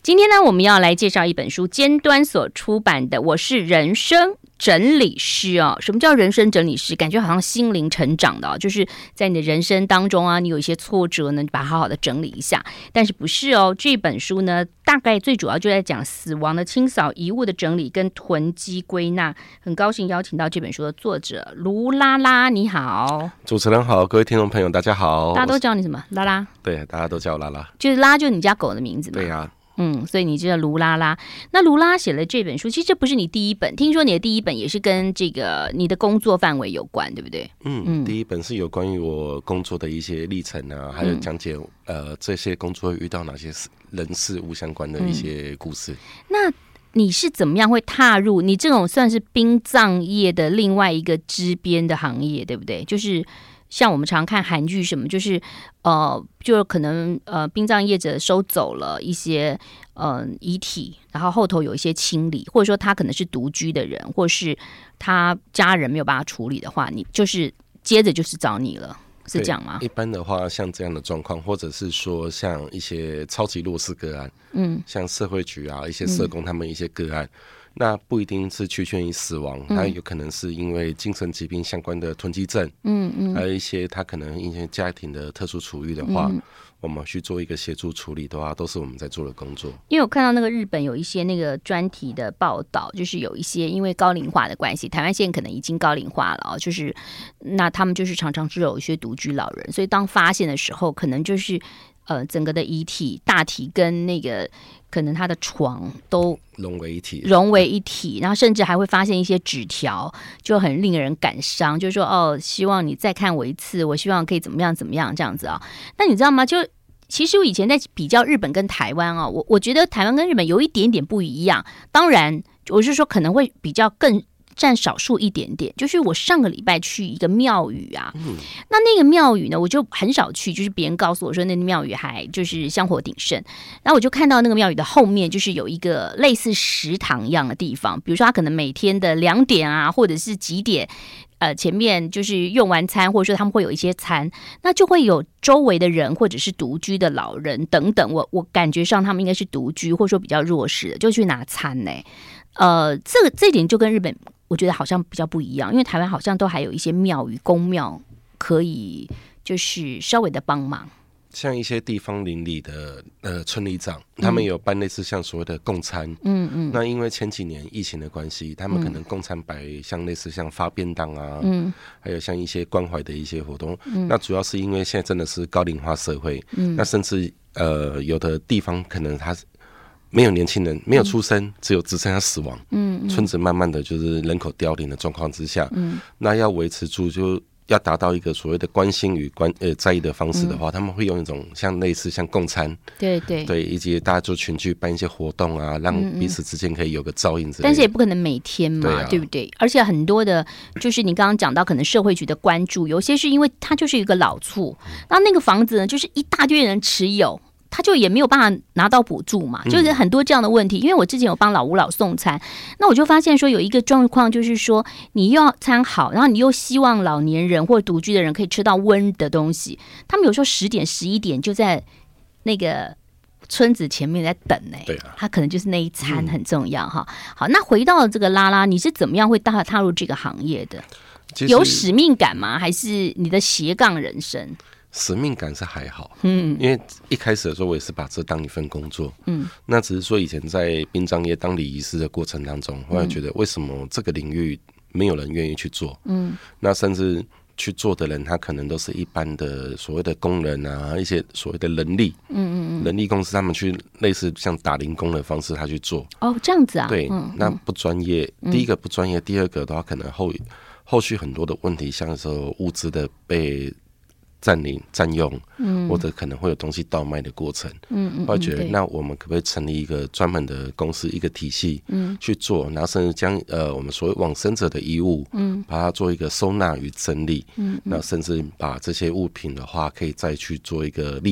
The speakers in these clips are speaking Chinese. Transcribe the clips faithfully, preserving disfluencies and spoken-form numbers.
今天呢，我们要来介绍一本书，尖端所出版的《我是人生整理师》哦。什么叫人生整理师？感觉好像心灵成长的哦，就是在你的人生当中啊，你有一些挫折呢，你把它好好的整理一下。但是不是哦？这本书呢，大概最主要就在讲死亡的清扫、遗物的整理跟囤积归纳。很高兴邀请到这本书的作者卢拉拉，你好。 主持人好，各位听众朋友大家好。 大家都叫你什么？拉拉？ 对，大家都叫我拉拉。 就是拉，就是你家狗的名字嘛。 对啊。 嗯，所以你叫卢拉拉。那卢拉拉写了这本书，其实这不是你第一本，听说你的第一本也是跟这个你的工作范围有关，对不对？ 嗯，嗯第一本是有关于我工作的一些历程啊，还有讲解、嗯、呃这些工作会遇到哪些人事物相关的一些故事。嗯、 那你是怎么样会踏入你这种算是殡葬业的另外一个支边的行业，对不对？就是像我们常看韩剧什么，就是呃，就可能呃，殡葬业者收走了一些呃遗体，然后后头有一些清理，或者说他可能是独居的人，或是他家人没有办法处理的话，你就是接着就是找你了，是这样吗？ 一般的话，像这样的状况，或者是说像一些超级弱势个案，嗯，像社会局啊，一些社工他们一些个案。嗯那不一定是趋近于死亡，它有可能是因为精神疾病相关的囤积症，嗯嗯，还有一些他可能因为家庭的特殊处遇的话，嗯、我们去做一个协助处理的话，都是我们在做的工作。 因为我看到那个日本有一些那个专题的报道，就是有一些因为高龄化的关系，台湾现在可能已经高龄化了，就是那他们就是常常是有一些独居老人，所以当发现的时候，可能就是呃整个的遗体大体跟那个。可能他的床都融为一体， 融为一体，然后甚至还会发现一些纸条，就很令人感伤，就是说哦，希望你再看我一次，我希望可以怎么样怎么样这样子啊。那你知道吗？就其实我以前在比较日本跟台湾啊，我我觉得台湾跟日本有一点点不一样。当然，我是说可能会比较更。占少数一点点，就是我上个礼拜去一个庙宇啊，嗯、那那个庙宇呢，我就很少去，就是别人告诉我说那个庙宇还就是香火鼎盛，然后我就看到那个庙宇的后面就是有一个类似食堂一样的地方，比如说他可能每天的两点啊，或者是几点，呃，前面就是用完餐，或者说他们会有一些餐，那就会有周围的人或者是独居的老人等等，我我感觉上他们应该是独居，或者说比较弱势的，就去拿餐呢、欸。呃，这个这一点就跟日本。我觉得好像比较不一样，因为台湾好像都还有一些庙宇、公庙可以就是稍微的帮忙。 像一些地方邻里的呃村里长，他们有办类似像所谓的共餐，嗯嗯。那因为前几年疫情的关系，他们可能共餐摆像类似像发便当啊，嗯，还有像一些关怀的一些活动。嗯、那主要是因为现在真的是高龄化社会，嗯，那甚至呃有的地方可能他没有年轻人，没有出生，嗯、只有只剩下死亡。嗯，村子慢慢的就是人口凋零的状况之下，嗯，那要维持住，就要达到一个所谓的关心与关呃在意的方式的话，嗯、他们会用一种像类似像共餐， 对对对，以及大家做群聚办一些活动啊，让彼此之间可以有个照应之类的。 但是也不可能每天嘛，对，啊、对不对？而且很多的，就是你刚刚讲到，可能社会局的关注，有些是因为它就是一个老厝，那那个房子呢，就是一大堆人持有。他就也没有办法拿到补助嘛，就是很多这样的问题。因为我之前有帮老吾老送餐，那我就发现说有一个状况，就是说你又要餐好，然后你又希望老年人或独居的人可以吃到温的东西，他们有时候十点十一点就在那个村子前面在等呢、欸。 对啊， 他可能就是那一餐很重要哈、嗯。好，那回到这个拉拉，你是怎么样会踏踏入这个行业的？有使命感吗？还是你的斜杠人生？ 使命感是还好，嗯，因为一开始的时候我也是把这当一份工作，嗯，那只是说以前在殡葬业当礼仪师的过程当中，后来觉得为什么这个领域没有人愿意去做，嗯，那甚至去做的人他可能都是一般的所谓的工人啊，一些所谓的人力，嗯嗯人力公司他们去类似像打零工的方式他去做，哦，这样子啊，对，嗯、那不专业，嗯、第一个不专业，第二个的话可能后后续很多的问题，像说物资的被占领、占用，嗯，或者可能会有东西倒卖的过程，嗯嗯，我觉得那我们可不可以成立一个专门的公司、一个体系，嗯，去做，然后甚至将呃我们所谓往生者的遗物，嗯，把它做一个收纳与整理，嗯，那甚至把这些物品的话，可以再去做一个利用。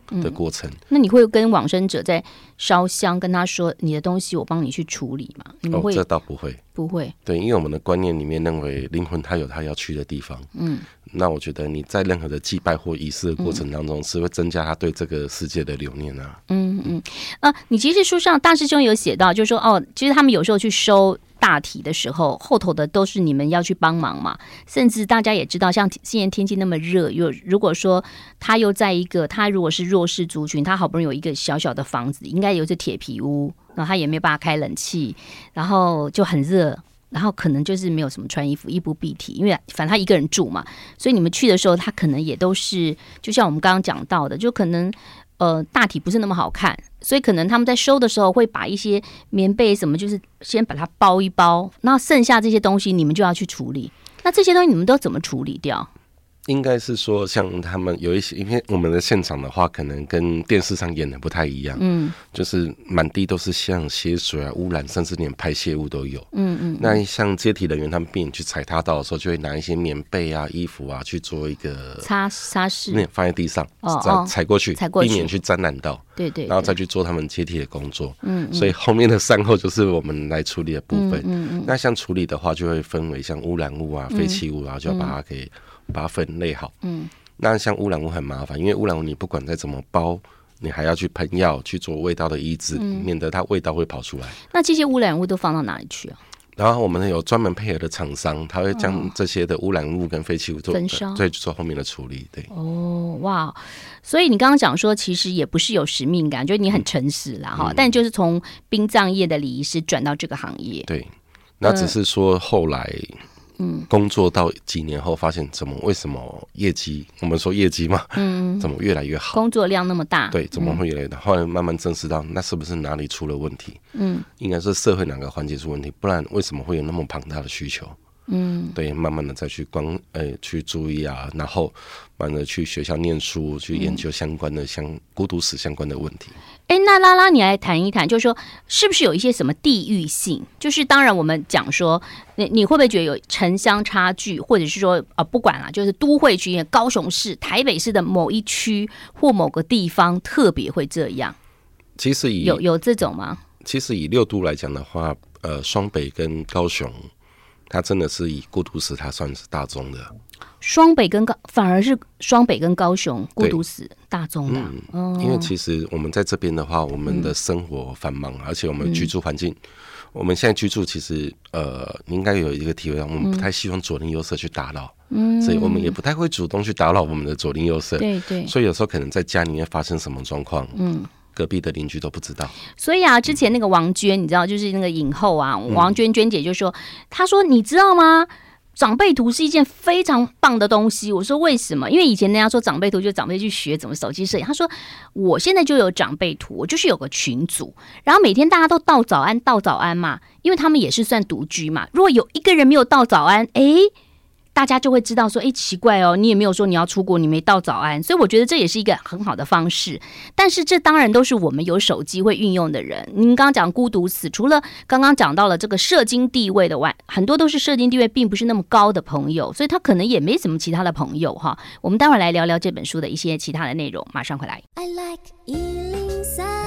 的过程。嗯、 那你会跟往生者在烧香，跟他说你的东西我帮你去处理吗？你们会？ 哦，这倒不会， 不会。 对，因为我们的观念里面认为灵魂它有它要去的地方。嗯，那我觉得你在任何的祭拜或仪式的过程当中，是会增加他对这个世界的留念啊。 嗯嗯，呃，你其实书上大师兄有写到，就是说哦，其实他们有时候去收大体的时候，后头的都是你们要去帮忙嘛。甚至大家也知道，像现在天气那么热，又如果说他又在一个他如果是弱势族群，他好不容易有一个小小的房子，应该有一铁皮屋，然后他也没有办法开冷气，然后就很热。然后可能就是没有什么穿衣服，衣不蔽体，因为反正他一个人住嘛，所以你们去的时候，他可能也都是，就像我们刚刚讲到的，就可能呃大体不是那么好看，所以可能他们在收的时候会把一些棉被什么，就是先把它包一包，那剩下这些东西你们就要去处理。那这些东西你们都怎么处理掉？ 应该是说，像他们有一些，因为我们的现场的话，可能跟电视上演的不太一样，嗯，就是满地都是像血水啊、污染，甚至连排泄物都有，嗯嗯。那像接体人员他们避免去踩踏到的时候，就会拿一些棉被啊、衣服啊去做一个擦擦拭， 放在地上，哦哦踩过去， 踩过去， 避免去沾染到， 对 对, 对， 然后再去做他们接体的工作，嗯, 嗯。所以后面的善后就是我们来处理的部分，嗯 嗯, 嗯。那像处理的话，就会分为像污染物啊、废弃物啊，就要把它给。把它分类好，嗯，那像污染物很麻烦，因为污染物你不管再怎么包，你还要去喷药去做味道的抑制，嗯、免得它味道会跑出来。 那这些污染物都放到哪里去啊？ 然后我们有专门配合的厂商，他会将这些的污染物跟废弃物做焚烧， 对，做后面的处理。对， 哦，哇，所以你刚刚讲说，其实也不是有使命感，就是你很诚实啦，哈、嗯，但就是从殡葬业的礼仪师转到这个行业， 对，那只是说后来。嗯，工作到几年后，发现怎么为什么业绩，我们说业绩嘛，嗯，怎么越来越好？ 工作量那么大， 对，怎么会越来越大？嗯、后来慢慢正视到，那是不是哪里出了问题？嗯，应该是社会哪个环节出问题，不然为什么会有那么庞大的需求？嗯，对，慢慢的再去关呃去注意啊，然后慢慢的去学校念书，去研究相关的像孤独死相关的问题。 哎，那拉拉你来谈一谈，就是说是不是有一些什么地域性？就是当然我们讲说，你你会不会觉得有城乡差距，或者是说啊，不管啦，就是都会区、高雄市、台北市的某一区或某个地方特别会这样？ 其实以有有这种吗？ 其实以六都来讲的话，呃，双北跟高雄。它真的是以孤独死，它算是大宗的。 双北跟高反而是双北跟高雄孤独死大宗的、 嗯哦，因为其实我们在这边的话，我们的生活繁忙，嗯、而且我们居住环境，嗯、我们现在居住其实呃，你应该有一个体会到，我们不太希望左邻右舍去打扰，嗯，所以我们也不太会主动去打扰我们的左邻右舍， 对对， 所以有时候可能在家里面发生什么状况，嗯。隔壁的邻居都不知道， 所以啊，之前那个王娟，你知道，就是那个影后啊，王娟娟姐就说，她说你知道吗？长辈图是一件非常棒的东西。我说为什么？因为以前人家说长辈图，就长辈去学怎么手机摄影。他说我现在就有长辈图，我就是有个群组，然后每天大家都道早安，道早安嘛，因为他们也是算独居嘛。如果有一个人没有道早安，哎。大家就会知道说，哎，奇怪哦，你也没有说你要出国，你没道早安，所以我觉得这也是一个很好的方式。但是这当然都是我们有手机会运用的人。您刚刚讲孤独死，除了刚刚讲到了这个社经地位的外，很多都是社经地位并不是那么高的朋友，所以他可能也没什么其他的朋友哈。我们待会儿来聊聊这本书的一些其他的内容，马上回来。I like 一零三。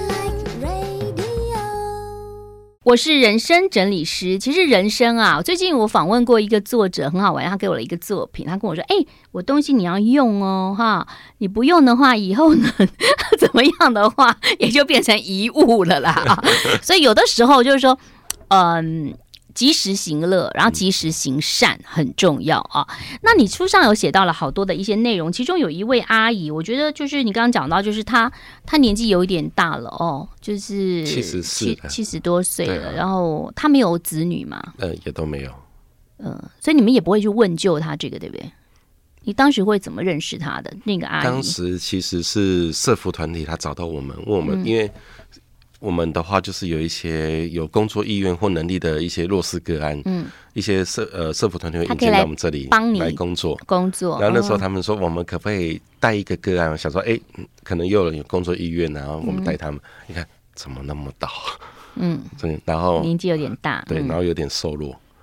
我是人生整理师。其实人生啊，最近我访问过一个作者，很好玩，他给我了一个作品，他跟我说，哎、欸，我东西你要用哦哈，你不用的话以后呢怎么样的话也就变成遗物了啦所以有的时候就是说嗯及时行乐，然后及时行善很重要啊。那你书上有写到了好多的一些内容，其中有一位阿姨，我觉得就是你刚刚讲到，就是她她年纪有一点大了哦，就是七十四七十多岁了，啊、然后她没有子女嘛， 呃，也都没有， 嗯、呃，所以你们也不会去问究她这个，对不对？你当时会怎么认识她的那个阿姨？ 当时其实是社福团体，他找到我们，问我们，嗯、因为。我们的话就是有一些有工作意愿或能力的一些弱势个案，嗯，一些社呃社福团体会引进到我们这里来工作， 工作。 然后那时候他们说，我们可不可以带一个个案？我想说，哎、欸，可能又有人有工作意愿，然后我们带他们。嗯、你看怎么那么大？嗯，然后年纪有点大， 对，然后有点瘦弱。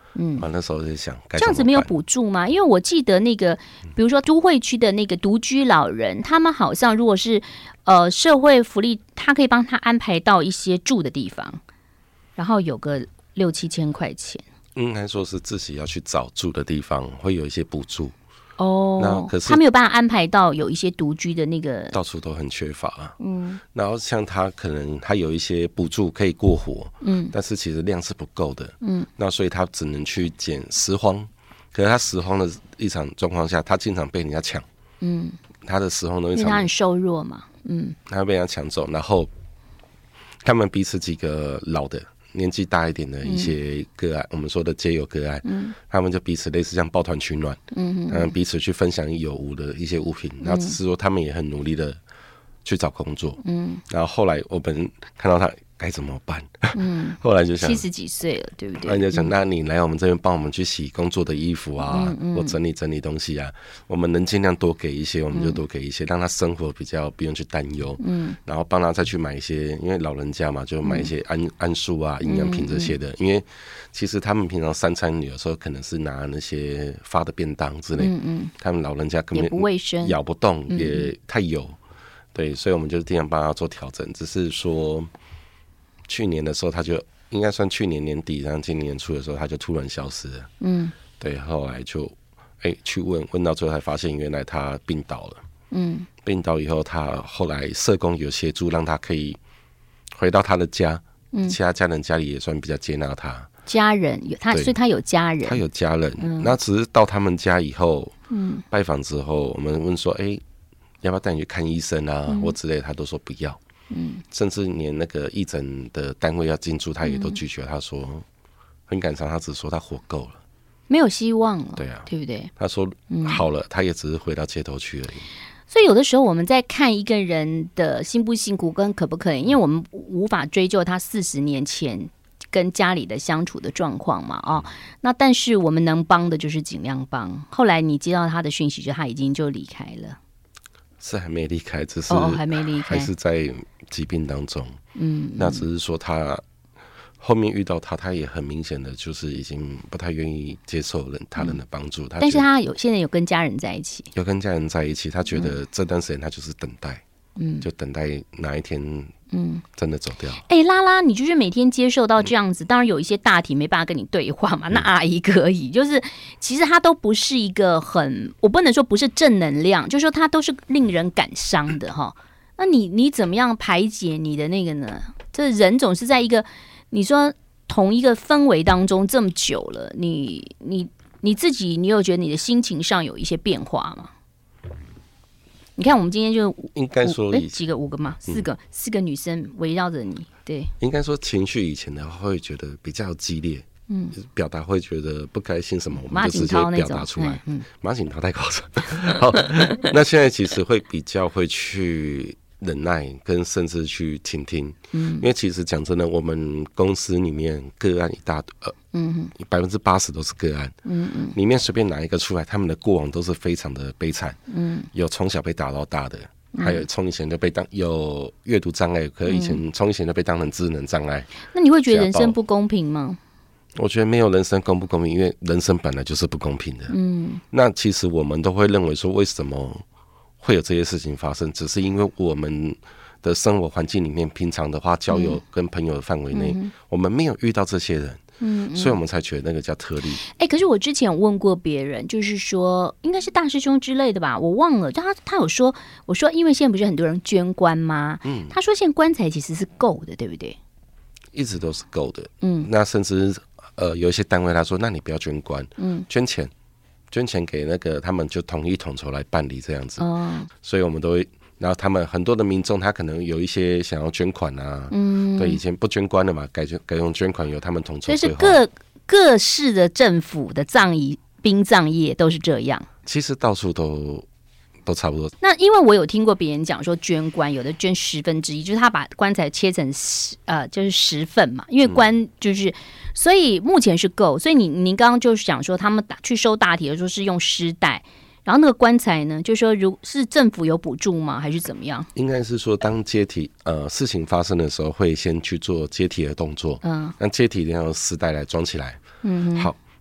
嗯，啊，那时候就想， 这样子没有补助吗？因为我记得那个，比如说都会区的那个独居老人，他们好像如果是呃社会福利，他可以帮他安排到一些住的地方，然后有个六七千块钱。 应该说是自己要去找住的地方，会有一些补助。 哦，那可是他没有办法安排到有一些独居的那个， 到处都很缺乏啊。嗯，然后像他可能他有一些补助可以过活，嗯，但是其实量是不够的，嗯，那所以他只能去捡拾荒。可是他拾荒的一场状况下，他经常被人家抢，嗯，他的拾荒东西， 因为他很瘦弱嘛，嗯， 他被人家抢走，然后他们彼此几个老的。年纪大一点的一些个案，嗯、我们说的街友个案，嗯、他们就彼此类似像抱团取暖，嗯嗯，彼此去分享有无的一些物品，然后只是说他们也很努力的去找工作，嗯，然后后来我们看到他该怎么办，嗯，后来就想七十几岁了，对不对？ 后来就想，那你来我们这边帮我们去洗工作的衣服啊，嗯嗯、或整理整理东西啊，我们能尽量多给一些，我们就多给一些，嗯、让他生活比较不用去担忧，嗯，然后帮他再去买一些，因为老人家嘛，就买一些桉桉树啊、营养品这些的，嗯嗯、因为其实他们平常三餐有时候可能是拿那些发的便当之类，嗯嗯，他们老人家根本也不卫生， 咬不动，嗯、也太油，对，所以我们就尽量帮他做调整，只是说。去年的时候，他就应该算去年年底，然后今年年初的时候，他就突然消失了。嗯，对，后来就哎、欸、去问，问到最后才发现，原来他病倒了。嗯，病倒以后，他后来社工有协助，让他可以回到他的家。嗯，其他家人家里也算比较接纳他。 家人有他，所以他有家人， 他有家人。嗯，那只是到他们家以后，嗯，拜访之后，我们问说，哎、欸，要不要带你去看医生啊，嗯、或之类，他都说不要。嗯，甚至连那个义诊的单位要进驻，他也都拒绝。他说很感伤，他只说他活够了， 没有希望了。 对啊， 对不对？ 他说好了，嗯、他也只是回到街头去而已。 所以有的时候我们在看一个人的辛不辛苦跟可不可以，因为我们无法追究他四十年前跟家里的相处的状况嘛，哦，嗯、那但是我们能帮的就是尽量帮。后来你接到他的讯息，就他已经就离开了。 是还没离开，只是哦还没离开， 还是在疾病当中。嗯，那只是说他后面遇到他，他也很明显的就是已经不太愿意接受人他人的帮助。嗯、 但是他有现在有跟家人在一起， 有跟家人在一起，他觉得这段时间他就是等待，嗯，就等待哪一天，嗯，真的走掉。 哎、欸，拉拉，你就是每天接受到这样子，嗯、当然有一些大体没办法跟你对话嘛，那阿姨可以，就是其实他都不是一个很，我不能说不是正能量，就是说他都是令人感伤的哈。那你你怎么样排解你的那个呢？这人总是在一个你说同一个氛围当中这么久了，你你你自己，你有觉得你的心情上有一些变化吗？你看，我们今天就应该说几个五个嘛，四个、嗯、四个女生围绕着你，对， 应该说情绪以前的话会觉得比较激烈，嗯，表达会觉得不开心什么，我们就直接表达出来。嗯，马景涛太高深。好，那现在其实会比较会去忍耐，跟甚至去倾听。嗯，因为其实讲真的，我们公司里面个案一大呃，嗯，百分之八十都是个案。嗯嗯，里面随便拿一个出来，他们的过往都是非常的悲惨。嗯，有从小被打到大的。还有从以前就被当有阅读障碍，可是以前从以前就被当成智能障碍。 那你会觉得人生不公平吗？ 我觉得没有人生公不公平，因为人生本来就是不公平的。嗯，那其实我们都会认为说，为什么会有这些事情发生？只是因为我们的生活环境里面，平常的话交友跟朋友的范围内，嗯、我们没有遇到这些人。嗯，所以我们才觉得那个叫特例。 哎、欸，可是我之前有问过别人，就是说应该是大师兄之类的吧，我忘了。他他有说，我说因为现在不是很多人捐棺吗？嗯，他说现在棺材其实是够的，对不对？ 一直都是够的。嗯，那甚至呃有一些单位他说，那你不要捐棺，嗯，捐钱，捐钱给那个他们就统一统筹来办理这样子。哦，所以我们都会。然后他们很多的民众，他可能有一些想要捐款啊，嗯，对，以前不捐棺的嘛，改改用捐款由他们统筹。所以是各各市的政府的葬仪殡葬业都是这样。 其实到处都都差不多。 那因为我有听过别人讲说捐棺，有的捐十分之一，就是他把棺材切成十呃就是十份嘛，因为棺就是，嗯、所以目前是够。所以你您刚刚就是讲说他们打去收大体的时候是用尸袋。然后那个棺材呢，就说如是政府有补助吗，还是怎么样？ 应该是说，当接体呃事情发生的时候，会先去做接体的动作。嗯，那接体要用丝带来装起来。嗯，好，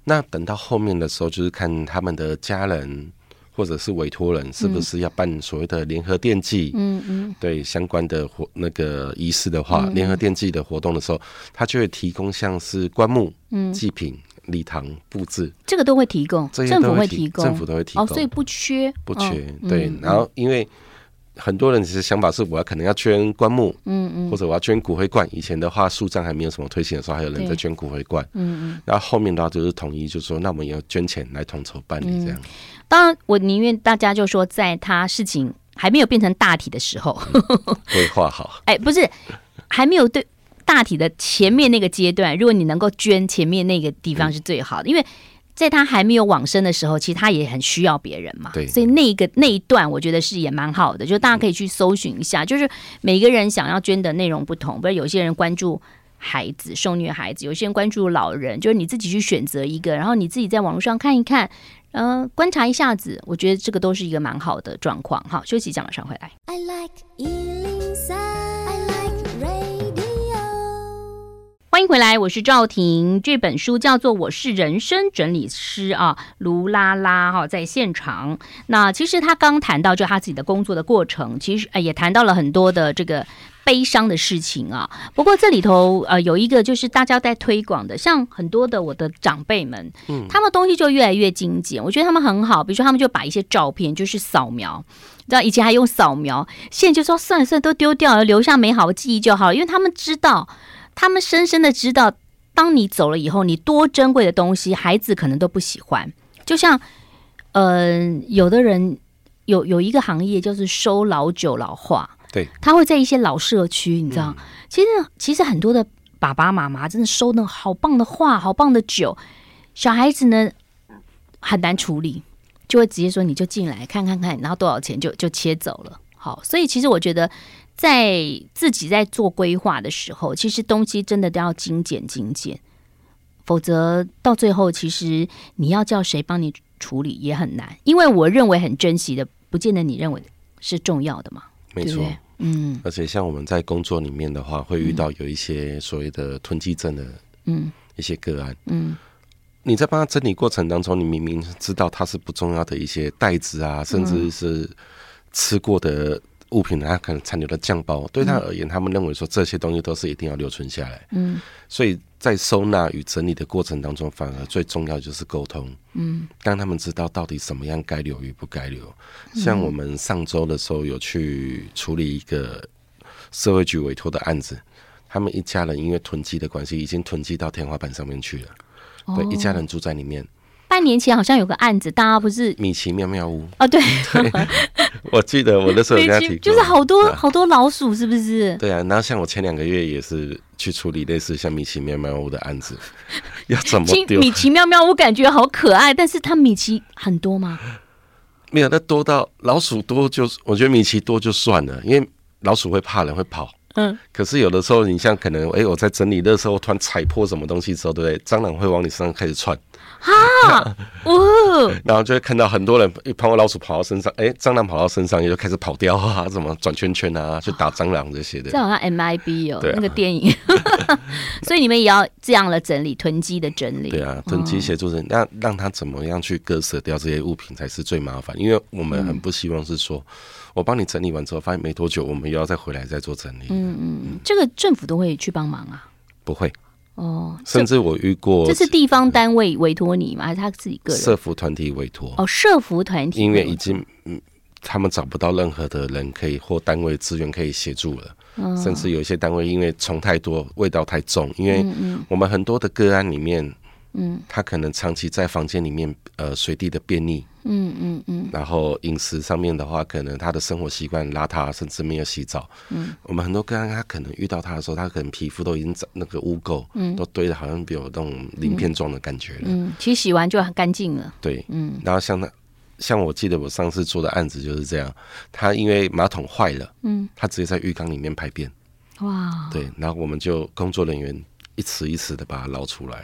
那等到后面的时候，就是看他们的家人或者是委托人是不是要办所谓的联合奠祭，嗯嗯，对相关的活那个仪式的话，联、嗯、合奠祭的活动的时候，他就会提供像是棺木、嗯、祭品、礼堂布置， 这个都会提供，政府会提供， 政府都会提供， 哦，所以不缺， 不缺， 哦、 对、嗯。然后因为很多人其实想法是，我要可能要捐棺木，嗯嗯，或者我要捐骨灰罐。以前的话，树葬还没有什么推行的时候，还有人在捐骨灰罐，嗯嗯。然后后面的话就是统一，就说那我们要捐钱来统筹办理这样。嗯、 当然，我宁愿大家就说，在他事情还没有变成大体的时候， 规划好。 哎，不是，还没有对大体的前面那个阶段，如果你能够捐前面那个地方是最好的，嗯、因为。在他还没有往生的时候，其实他也很需要别人嘛， 对， 所以那个那一段我觉得是也蛮好的，就大家可以去搜寻一下，就是每个人想要捐的内容不同，不是有些人关注孩子受虐孩子，有些人关注老人，就是你自己去选择一个，然后你自己在网络上看一看，呃，观察一下子，我觉得这个都是一个蛮好的状况。好，休息一下，马上回来。I like 一零三 I like radio。欢迎回来，我是赵婷。这本书叫做《我是人生整理师》啊，卢拉拉哈、啊、在现场。那其实他刚谈到就他自己的工作的过程，其实、呃、也谈到了很多的这个悲伤的事情啊。不过这里头呃有一个就是大家在推广的，像很多的我的长辈们，嗯，他们东西就越来越精简，我觉得他们很好。比如说他们就把一些照片就是扫描。知道以前还用扫描，现在就说算了算了，都丢掉了，留下美好的记忆就好了，因为他们知道。他们深深的知道，当你走了以后，你多珍贵的东西，孩子可能都不喜欢。就像，呃，有的人有有一个行业就是收老酒老画， 对， 他会在一些老社区，你知道，嗯、其实其实很多的爸爸妈妈真的收那种好棒的画、好棒的酒，小孩子呢很难处理，就会直接说你就进来看看看，然后多少钱就就切走了。好，所以其实我觉得。在自己在做规划的时候，其实东西真的都要精简精简，否则到最后其实你要叫谁帮你处理也很难，因为我认为很珍惜的不见得你认为是重要的嘛。 没错，嗯，而且像我们在工作里面的话，会遇到有一些所谓的囤积症的嗯一些个案，嗯，你在帮他整理过程当中，你明明知道它是不重要的一些袋子啊，甚至是吃过的物品，它可能残留的酱包，对他而言，他们认为说这些东西都是一定要留存下来。嗯，所以在收纳与整理的过程当中，反而最重要就是沟通。嗯，让他们知道到底什么样该留与不该留。像我们上周的时候有去处理一个社会局委托的案子，他们一家人因为囤积的关系，已经囤积到天花板上面去了。哦、对，一家人住在里面。 半年前好像有个案子，大家不是米奇妙妙屋啊、哦？对， 对我记得我那时候有跟他提过， 就是好多、啊、好多老鼠，是不是？ 对啊，然后像我前两个月也是去处理类似像米奇妙妙屋的案子，要怎么丢？ 米奇妙妙屋感觉好可爱，但是它米奇很多吗？ 没有，那多到老鼠多就，我觉得米奇多就算了，因为老鼠会怕人会跑。嗯，可是有的时候你像可能哎、欸，我在整理的时候突然踩破什么东西之后，对不对？蟑螂会往你身上开始窜。 啊，哦， 然后就会看到很多人一碰到老鼠跑到身上，哎，蟑螂跑到身上也就开始跑掉啊，什么转圈圈啊，去打蟑螂这些的。 这好像 M I B 哦，啊、那个电影。所以你们也要这样的整理，囤积的整理。 对啊，囤积协助人，那、哦、让他怎么样去割舍掉这些物品才是最麻烦，因为我们很不希望是说。嗯我帮你整理完之后，发现没多久，我们又要再回来再做整理。嗯嗯嗯，这个政府都会去帮忙啊？ 不会哦，甚至我遇过， 这是地方单位委托你吗？还是他自己个人？ 社福团体委托哦，社福团体， 因为已经嗯，他们找不到任何的人可以或单位资源可以协助了。哦、甚至有一些单位因为虫太多，味道太重，因为我们很多的个案里面。嗯，他可能长期在房间里面，呃，随地的便溺，嗯嗯嗯，然后饮食上面的话，可能他的生活习惯邋遢，甚至没有洗澡。嗯，我们很多个案，他可能遇到他的时候，他可能皮肤都已经那个污垢，嗯，都堆的好像有那种鳞片状的感觉了。嗯， 其实洗完就很干净了。 对，嗯，然后像他，像我记得我上次做的案子就是这样，他因为马桶坏了，嗯，他直接在浴缸里面排便。哇，对，然后我们就工作人员一池一池的把它捞出来。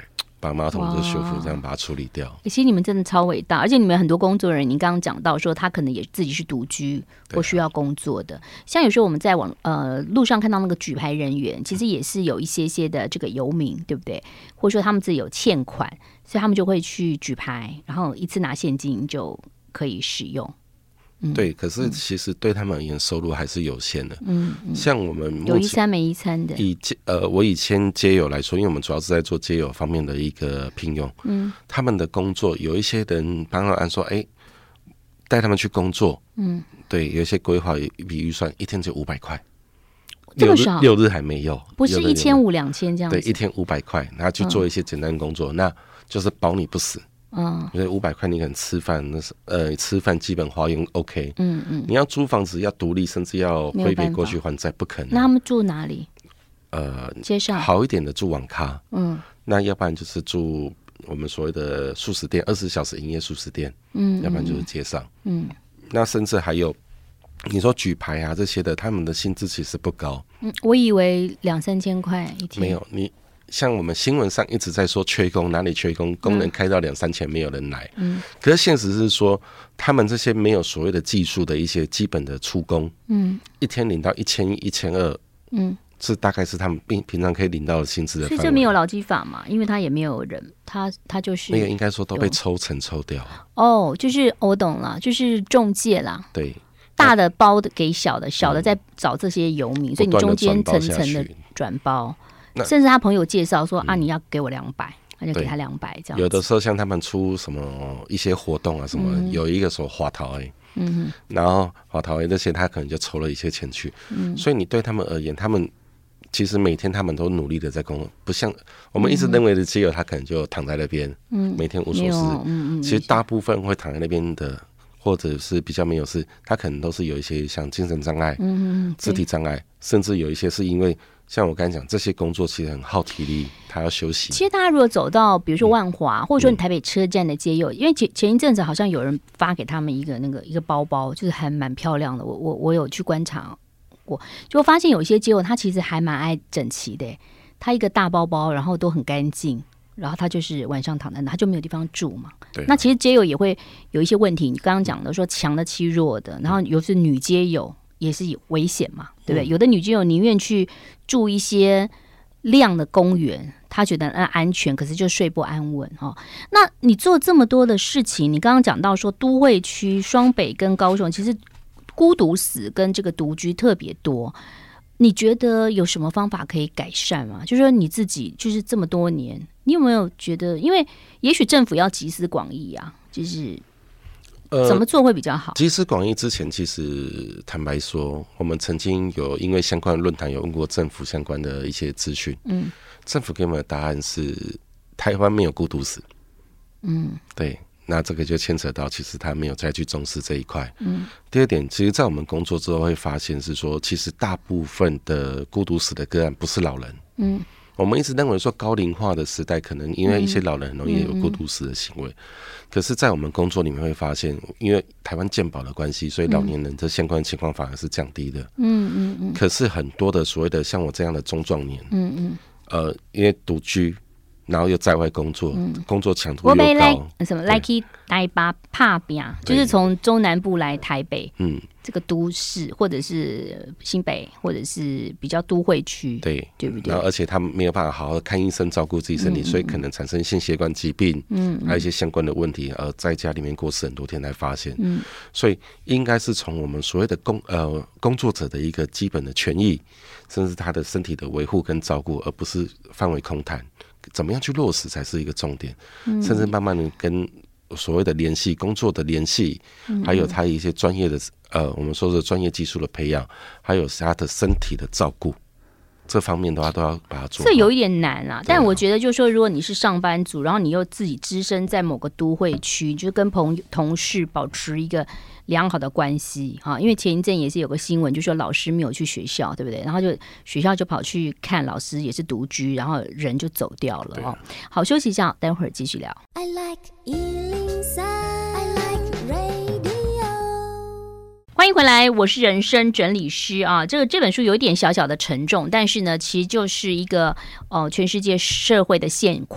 把马桶就修复，这样把它处理掉。 其实你们真的超伟大，而且你们很多工作人员，你刚刚讲到说他可能也自己是独居或需要工作的，像有时候我们在网呃路上看到那个举牌人员，其实也是有一些些的这个游民，对不对？或者说他们自己有欠款，所以他们就会去举牌，然后一次拿现金就可以使用。 对，可是其实对他们而言，收入还是有限的。 嗯，嗯像我们目前有一餐没一餐的。 以呃，我以前街友来说，因为我们主要是在做街友方面的一个聘用，嗯，他们的工作有一些人帮他按说，哎，带他们去工作，嗯，对，有一些规划一笔预算，一天就五百块， 这么少， 六日还没有， 不是一千五两千这样子， 对，一天五百块，然后去做一些简单的工作，嗯、那就是保你不死。嗯，因为五百块你可能吃饭，那是呃吃饭基本花用 OK， 嗯嗯，你要租房子要独立，甚至要汇别过去还债，不可能。 那他们住哪里？ 呃， 街上好一点的住网咖，嗯，那要不然就是住我们所谓的素食店，二十四小时营业素食店，嗯，要不然就是街上，嗯，那甚至还有你说举牌啊这些的，他们的薪资其实不高， 嗯，我以为两三千块一天， 没有你。像我们新闻上一直在说缺工，哪里缺工？工人开到两三千，没有人来。嗯，可是现实是说，他们这些没有所谓的技术的一些基本的出工，嗯，一天领到一千一、一千二，嗯，是大概是他们平平常可以领到的薪资的范围。 所以这没有劳基法嘛？因为他也没有人，他他就是那个应该说都被抽成抽掉。 哦，就是我懂了，就是中介啦。 对， 大的包的给小的，小的在找这些游民，嗯、所以你中间层层的转包。甚至他朋友介绍说、嗯、啊，你要给我两百，他就给他两百这样子。 有的时候像他们出什么一些活动啊，什么、嗯、有一个说花桃 A， 嗯，然后花桃 A 这些他可能就抽了一些钱去，嗯，所以你对他们而言，他们其实每天他们都努力的在工作，不像我们一直认为的街友，他可能就躺在那边，嗯，每天无所事，嗯嗯，其实大部分会躺在那边的。或者是比较没有事，他可能都是有一些像精神障碍、嗯、肢体障碍，甚至有一些是因为像我刚才讲，这些工作其实很耗体力，他要休息。 其实大家如果走到比如说万华、嗯、或者说你台北车站的街友，因为前前一阵子好像有人发给他们一个那个一个包包，就是还蛮漂亮的。我我我有去观察过，就发现有一些街友他其实还蛮爱整齐的，他一个大包包，然后都很干净。然后他就是晚上躺在那，他就没有地方住嘛。 对。 那其实街友也会有一些问题，你刚刚讲的说强的欺弱的，然后有时女街友也是有危险嘛，对不对？嗯、有的女街友宁愿去住一些亮的公园，她觉得安全，可是就睡不安稳哈、哦。那你做这么多的事情，你刚刚讲到说都会区、双北跟高雄，其实孤独死跟这个独居特别多。你觉得有什么方法可以改善吗？就是说你自己就是这么多年，你有没有觉得，因为也许政府要集思广益啊，就是怎么做会比较好？ 呃、集思广益之前，其实坦白说，我们曾经有因为相关的论坛有问过政府相关的一些资讯，嗯，政府给我们的答案是台湾没有孤独死，嗯，对。那这个就牵扯到，其实他没有再去重视这一块。嗯，第二点，其实，在我们工作之后会发现是说，其实大部分的孤独死的个案不是老人。嗯，我们一直认为说高龄化的时代，可能因为一些老人很容易有孤独死的行为。嗯嗯、可是，在我们工作里面会发现，因为台湾健保的关系，所以老年人这相关情况反而是降低的。嗯嗯嗯。可是很多的所谓的像我这样的中壮年，嗯嗯，呃，因为独居。然后又在外工作，嗯、工作强度又高。我来什么来去台北打拼，就是从中南部来台北，嗯，这个都市或者是新北或者是比较都会区， 对对不对？ 然后而且他们没有办法好好看医生照顾自己身体，嗯、所以可能产生心血管疾病，嗯，还有一些相关的问题，而在家里面过世很多天才发现，嗯，所以应该是从我们所谓的工呃工作者的一个基本的权益，甚至他的身体的维护跟照顾，而不是范围空谈。怎么样去落实才是一个重点，嗯、甚至慢慢的跟所谓的联系、工作的联系，嗯、还有他一些专业的呃，我们说的专业技术的培养，还有他的身体的照顾，这方面的话都要把它做好。 这有一点难啊，但我觉得就是说，如果你是上班族，然后你又自己只身在某个都会区，就跟朋友同事保持一个良好的关系哈，因为前一阵也是有个新闻，就说老师没有去学校，对不对？然后就学校就跑去看老师也是独居，然后人就走掉了哦。好，休息一下，待会儿继续聊。I like 一零三 I like radio。欢迎回来，我是人生整理师啊。这个这本书有一点小小的沉重，但是呢，其实就是一个呃全世界社会的现况。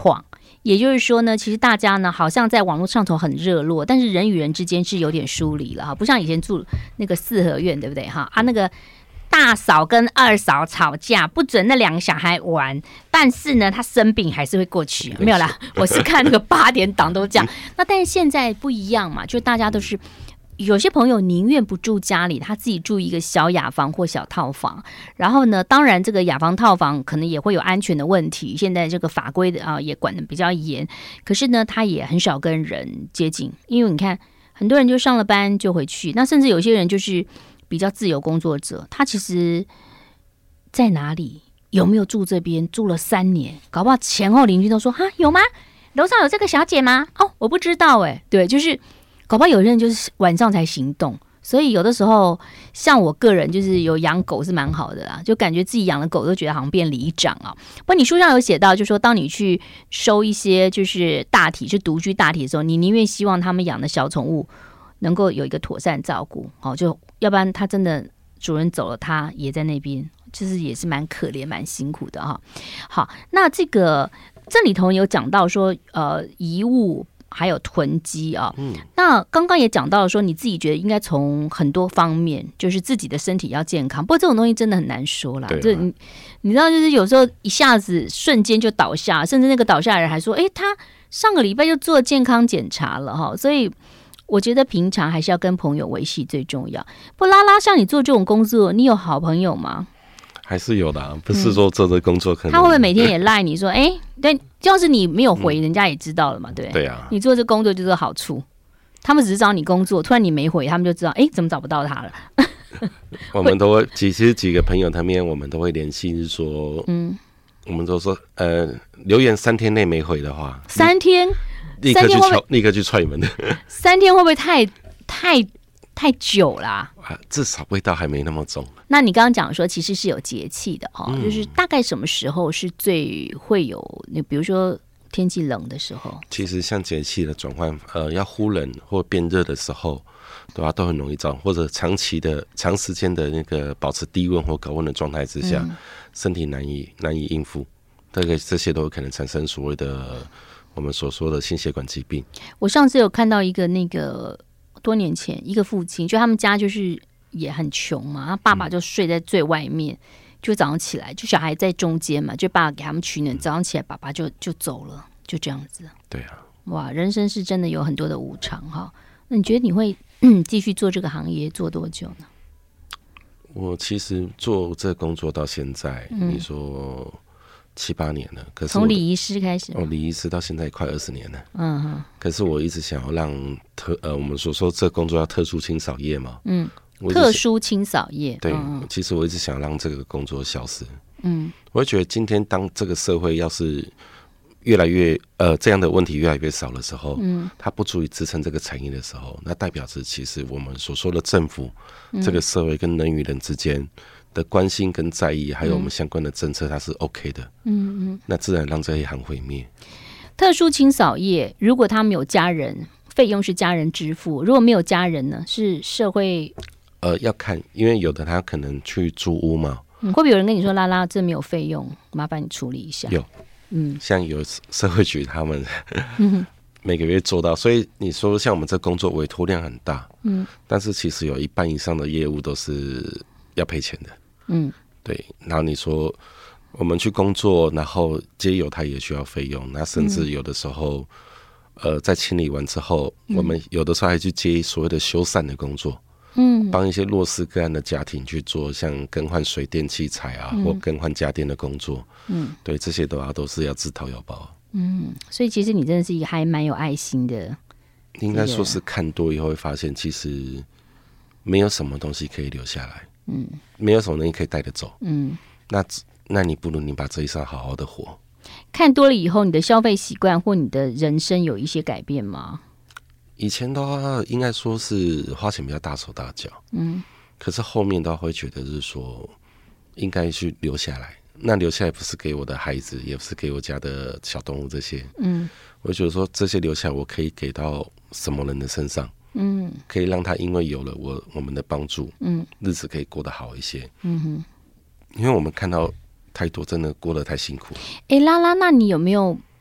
也就是说呢，其实大家呢好像在网络上头很热络，但是人与人之间是有点疏离了哈，不像以前住那个四合院，对不对哈？啊，那个大嫂跟二嫂吵架，不准那两个小孩玩，但是呢，他生病还是会过去，没有啦。我是看那个八点档都这样，那但是现在不一样嘛，就大家都是。有些朋友宁愿不住家里，他自己住一个小雅房或小套房。然后呢，当然这个雅房套房可能也会有安全的问题，现在这个法规的啊也管得比较严。可是呢，他也很少跟人接近，因为你看很多人就上了班就回去，那甚至有些人就是比较自由工作者，他其实在哪里有没有住这边住了三年，搞不好前后邻居都说哈有吗？楼上有这个小姐吗？哦，我不知道哎、欸，对，就是。搞不好有人就是晚上才行动，所以有的时候像我个人就是有养狗是蛮好的啦，就感觉自己养了狗都觉得好像变里长啊。不过你书上有写到，就说当你去收一些就是大体是独居大体的时候，你宁愿希望他们养的小宠物能够有一个妥善照顾，好，就要不然他真的主人走了，他也在那边，就是也是蛮可怜蛮辛苦的哈。好，那这个这里头有讲到说呃遗物。还有囤积啊，嗯，那刚刚也讲到了说，你自己觉得应该从很多方面，就是自己的身体要健康。不过这种东西真的很难说啦，这、啊、你你知道，就是有时候一下子瞬间就倒下，甚至那个倒下的人还说，哎，他上个礼拜就做健康检查了哈。所以我觉得平常还是要跟朋友维系最重要。不，拉拉，像你做这种工作，你有好朋友吗？ 还是有的、啊，不是说做这工作可能、嗯、 他会不会每天也赖你说，哎，对，要是你没有回，人家也知道了嘛，对、嗯、 对啊， 你做这工作就是好处，他们只是找你工作，突然你没回，他们就知道，哎，怎么找不到他了？ 我们都会，其实几个朋友他们我们都会联系，是说，嗯，我们都说，呃，留言三天内没回的话， 三天， 立刻去敲，立刻去踹门的。 三天会不会太太？太久啦、 啊，至少味道还没那么重。 那你刚刚讲说，其实是有节气的哈、哦嗯，就是大概什么时候是最会有？你比如说天气冷的时候， 其实像节气的转换，呃，要忽冷或变热的时候，对吧、啊，都很容易造，或者长期的、长时间的那个保持低温或高温的状态之下，嗯、身体难以难以应付，这个这些都有可能产生所谓的我们所说的心血管疾病。 我上次有看到一个那个。多年前，一个父亲就他们家就是也很穷嘛，他爸爸就睡在最外面，嗯、就早上起来，就小孩在中间嘛，就爸爸给他们取暖，早上起来爸爸就就走了，就这样子。 对啊， 哇，人生是真的有很多的无常哈。那你觉得你会继续做这个行业做多久呢？ 我其实做这工作到现在，嗯、你说。七八年了，可是从礼仪师开始， 哦，礼仪师到现在快二十年了。 嗯哼。可是我一直想要让特呃，我们所说这工作要特殊清扫业嘛， 嗯，特殊清扫业， 对、嗯，其实我一直想让这个工作消失。 嗯， 我会觉得今天当这个社会要是越来越呃这样的问题越来越少的时候，嗯，它不足以支撑这个产业的时候，那代表着其实我们所说的政府、嗯、这个社会跟人与人之间。的关心跟在意，还有我们相关的政策，它是 OK 的。嗯嗯，那自然让这一行毁灭。 特殊清扫业，如果他们有家人，费用是家人支付；如果没有家人呢，是社会。 呃，要看，因为有的他可能去租屋嘛。 嗯，会不会有人跟你说：“拉拉，这没有费用，麻烦你处理一下。” 有，嗯，像有社会局他们每个月做到，所以你说像我们这工作委托量很大，嗯，但是其实有一半以上的业务都是要赔钱的。嗯，对。然后你说我们去工作，然后接油它也需要费用，那甚至有的时候，嗯、呃，在清理完之后、嗯，我们有的时候还去接所谓的修繕的工作，嗯，帮一些弱势个案的家庭去做像更换水电器材啊，嗯、或更换家电的工作，嗯，对，这些的话都是要自掏腰包。 嗯，所以其实你真的是一个还蛮有爱心的。 应该说是看多以后会发现，其实没有什么东西可以留下来。嗯，没有什么东西可以带得走。嗯，那那你不如你把这一生好好的活。 看多了以后，你的消费习惯或你的人生有一些改变吗？ 以前的话，应该说是花钱比较大手大脚。嗯，可是后面的话会觉得是说，应该去留下来。那留下来不是给我的孩子，也不是给我家的小动物这些。嗯，我觉得说这些留下来，我可以给到什么人的身上。嗯，可以让他因为有了我我们的帮助，嗯，日子可以过得好一些。嗯哼，因为我们看到太多真的过得太辛苦。 哎，拉拉，那你有没有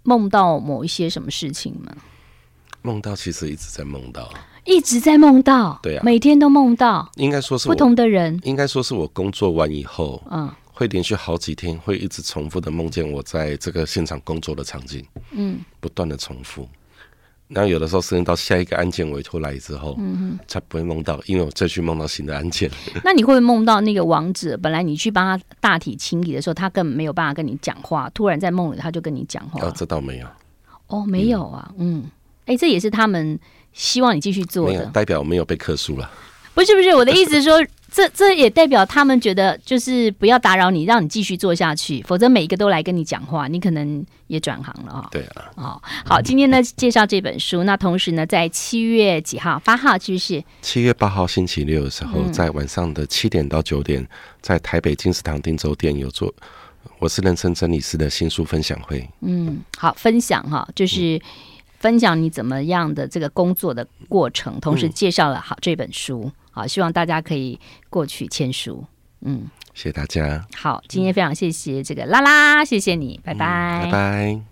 梦到某一些什么事情吗？ 梦到其实一直在梦到， 一直在梦到， 对啊， 每天都梦到， 应该说是不同的人， 应该说是我工作完以后， 嗯， 会连续好几天会一直重复的梦见我在这个现场工作的场景，嗯，不断的重复。然后有的时候甚至到下一个案件委托来之后，嗯，才不会梦到，因为我再去梦到新的案件。 那你会不会梦到那个王者？本来你去帮他大体清理的时候，他根本没有办法跟你讲话，突然在梦里他就跟你讲话。 哦，这倒没有。 哦，没有啊，嗯，哎、嗯，这也是他们希望你继续做的， 没有代表我没有被客诉了。 不是不是，我的意思是说，这这也代表他们觉得就是不要打扰你，让你继续做下去，否则每一个都来跟你讲话，你可能也转行了哈。 对啊。 哦，好，今天呢介绍这本书，那同时呢，在七月几号？八号是不是？ 七月八号星期六的时候，嗯、在晚上的七点到九点，在台北金石堂汀州店有做。我是人生整理师的新书分享会。嗯， 好，分享哈，就是分享你怎么样的这个工作的过程，同时介绍了好这本书。好，希望大家可以过去签书。嗯， 谢谢大家。 好，今天非常谢谢这个拉拉，谢谢你，拜拜， 嗯、拜拜。